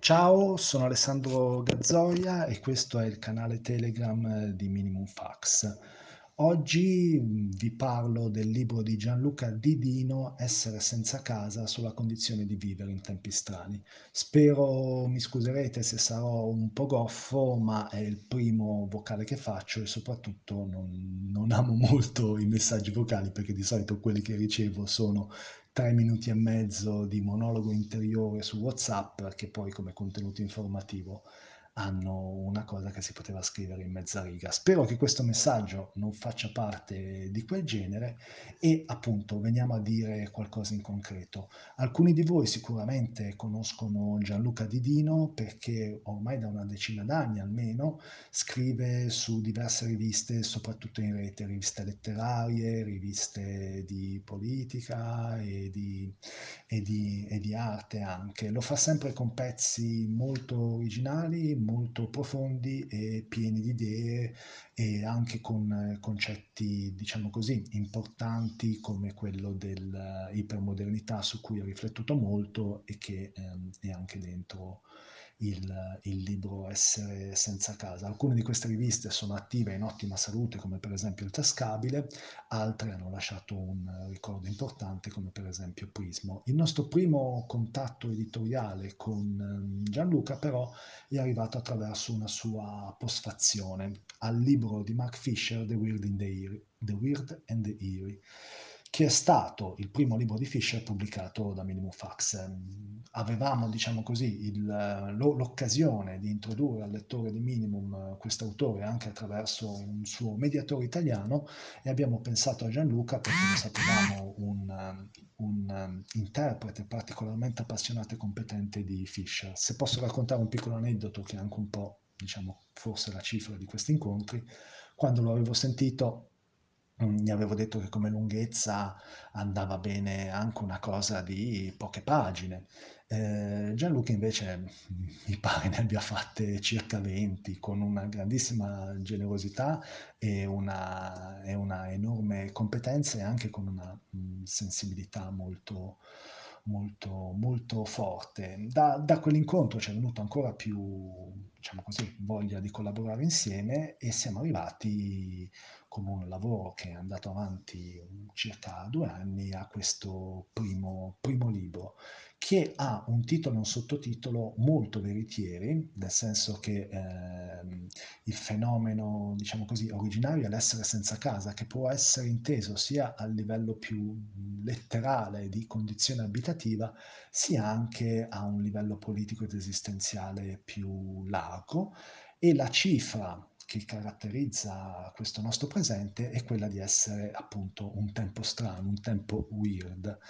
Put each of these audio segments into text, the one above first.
Ciao, sono Alessandro Gazzoia e questo è il canale Telegram di Minimum Fax. Oggi vi parlo del libro di Gianluca Didino, Essere senza casa sulla condizione di vivere in tempi strani. Spero mi scuserete se sarò un po' goffo, ma è il primo vocale che faccio e soprattutto non amo molto i messaggi vocali perché di solito quelli che ricevo sono 3 minuti e mezzo di monologo interiore su WhatsApp che poi come contenuto informativo hanno una cosa che si poteva scrivere in mezza riga. Spero che questo messaggio non faccia parte di quel genere e appunto veniamo a dire qualcosa in concreto. Alcuni di voi sicuramente conoscono Gianluca Didino perché ormai da una decina d'anni almeno scrive su diverse riviste, soprattutto in rete, riviste letterarie, riviste di politica e di arte anche. Lo fa sempre con pezzi molto originali, molto profondi e pieni di idee e anche con concetti, diciamo così, importanti come quello dell'ipermodernità su cui ho riflettuto molto e che è anche dentro il libro Essere senza casa. Alcune di queste riviste sono attive in ottima salute, come per esempio il Tascabile, altre hanno lasciato un ricordo importante, come per esempio Prismo. Il nostro primo contatto editoriale con Gianluca, però, è arrivato attraverso una sua postfazione al libro di Mark Fisher, The Weird and the Eerie, che è stato il primo libro di Fisher pubblicato da Minimum Fax. Avevamo, diciamo così, l'occasione di introdurre al lettore di Minimum questo autore anche attraverso un suo mediatore italiano e abbiamo pensato a Gianluca perché lo sapevamo un interprete particolarmente appassionato e competente di Fisher. Se posso raccontare un piccolo aneddoto che è anche un po', diciamo, forse la cifra di questi incontri, quando lo avevo sentito gli avevo detto che come lunghezza andava bene anche una cosa di poche pagine. Gianluca invece mi pare ne abbia fatte circa 20 con una grandissima generosità e una enorme competenza e anche con una sensibilità molto, molto, molto forte. Da quell'incontro ci è venuto ancora più, diciamo così, voglia di collaborare insieme e siamo arrivati con un lavoro che è andato avanti circa 2 anni a questo primo libro che ha un titolo e un sottotitolo molto veritieri, nel senso che il fenomeno, diciamo così, originario è l'essere senza casa, che può essere inteso sia a livello più letterale di condizione abitativa, sia anche a un livello politico ed esistenziale più largo. E la cifra che caratterizza questo nostro presente è quella di essere appunto un tempo strano, un tempo weird.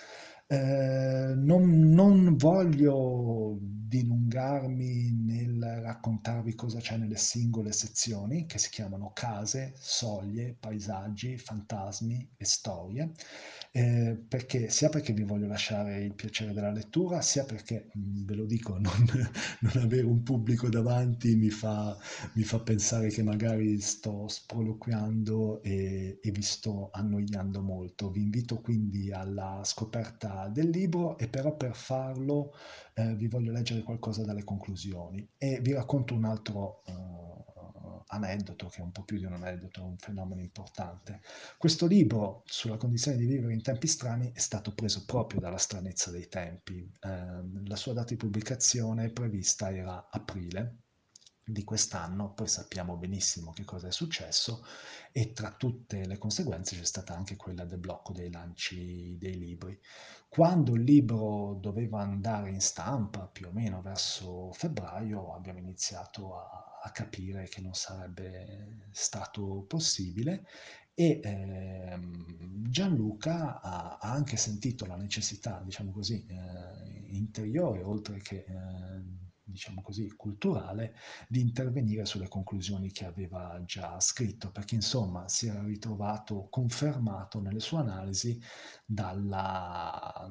Non voglio dilungarmi nel raccontarvi cosa c'è nelle singole sezioni che si chiamano case, soglie, paesaggi, fantasmi e storie, sia perché vi voglio lasciare il piacere della lettura, sia perché, ve lo dico, non avere un pubblico davanti mi fa pensare che magari sto sproloquiando e vi sto annoiando molto. Vi invito quindi alla scoperta del libro e però per farlo vi voglio leggere qualcosa dalle conclusioni e vi racconto un altro aneddoto che è un po' più di un aneddoto, è un fenomeno importante. Questo libro sulla condizione di vivere in tempi strani è stato preso proprio dalla stranezza dei tempi. La sua data di pubblicazione prevista era aprile di quest'anno, poi sappiamo benissimo che cosa è successo e tra tutte le conseguenze c'è stata anche quella del blocco dei lanci dei libri. Quando il libro doveva andare in stampa, più o meno verso febbraio, abbiamo iniziato a capire che non sarebbe stato possibile e Gianluca ha anche sentito la necessità, diciamo così, interiore, oltre che, diciamo così, culturale, di intervenire sulle conclusioni che aveva già scritto, perché insomma si era ritrovato confermato nelle sue analisi dalla,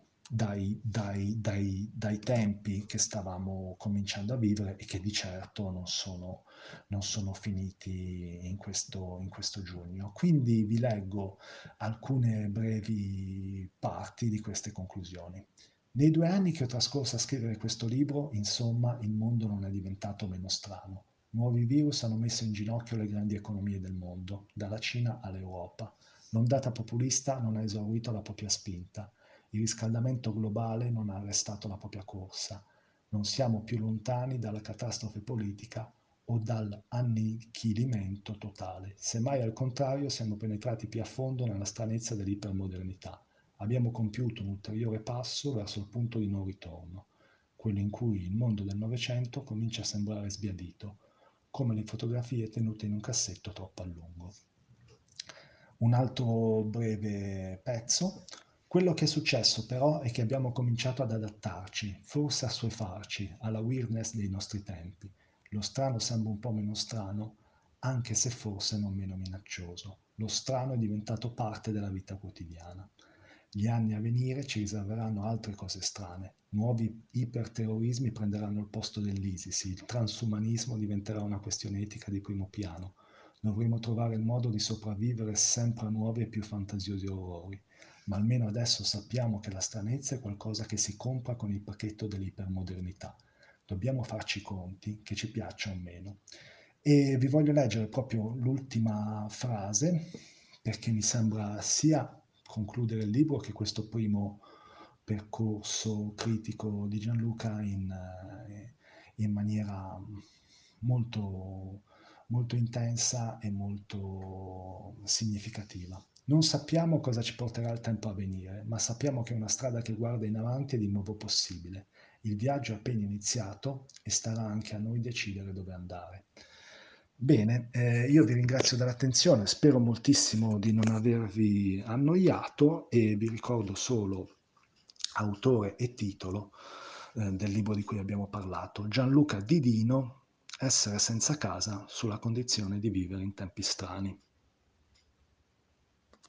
dai tempi che stavamo cominciando a vivere e che di certo non sono finiti in questo giugno. Quindi vi leggo alcune brevi parti di queste conclusioni. Nei 2 anni che ho trascorso a scrivere questo libro, insomma, il mondo non è diventato meno strano. Nuovi virus hanno messo in ginocchio le grandi economie del mondo, dalla Cina all'Europa. L'ondata populista non ha esaurito la propria spinta. Il riscaldamento globale non ha arrestato la propria corsa. Non siamo più lontani dalla catastrofe politica o dall'annichilimento totale. Semmai al contrario siamo penetrati più a fondo nella stranezza dell'ipermodernità. Abbiamo compiuto un ulteriore passo verso il punto di non ritorno, quello in cui il mondo del Novecento comincia a sembrare sbiadito, come le fotografie tenute in un cassetto troppo a lungo. Un altro breve pezzo. Quello che è successo però è che abbiamo cominciato ad adattarci, forse a assuefarci alla weirdness dei nostri tempi. Lo strano sembra un po' meno strano, anche se forse non meno minaccioso. Lo strano è diventato parte della vita quotidiana. Gli anni a venire ci riserveranno altre cose strane. Nuovi iperterrorismi prenderanno il posto dell'ISIS, il transumanismo diventerà una questione etica di primo piano. Dovremo trovare il modo di sopravvivere sempre a nuovi e più fantasiosi orrori, ma almeno adesso sappiamo che la stranezza è qualcosa che si compra con il pacchetto dell'ipermodernità. Dobbiamo farci i conti, che ci piaccia o meno. E vi voglio leggere proprio l'ultima frase, perché mi sembra sia concludere il libro che questo primo percorso critico di Gianluca in maniera molto, molto intensa e molto significativa. Non sappiamo cosa ci porterà il tempo a venire, ma sappiamo che è una strada che guarda in avanti è di nuovo possibile. Il viaggio è appena iniziato e starà anche a noi decidere dove andare. Bene, io vi ringrazio dell'attenzione, spero moltissimo di non avervi annoiato e vi ricordo solo autore e titolo del libro di cui abbiamo parlato, Gianluca Didino, Essere senza casa sulla condizione di vivere in tempi strani.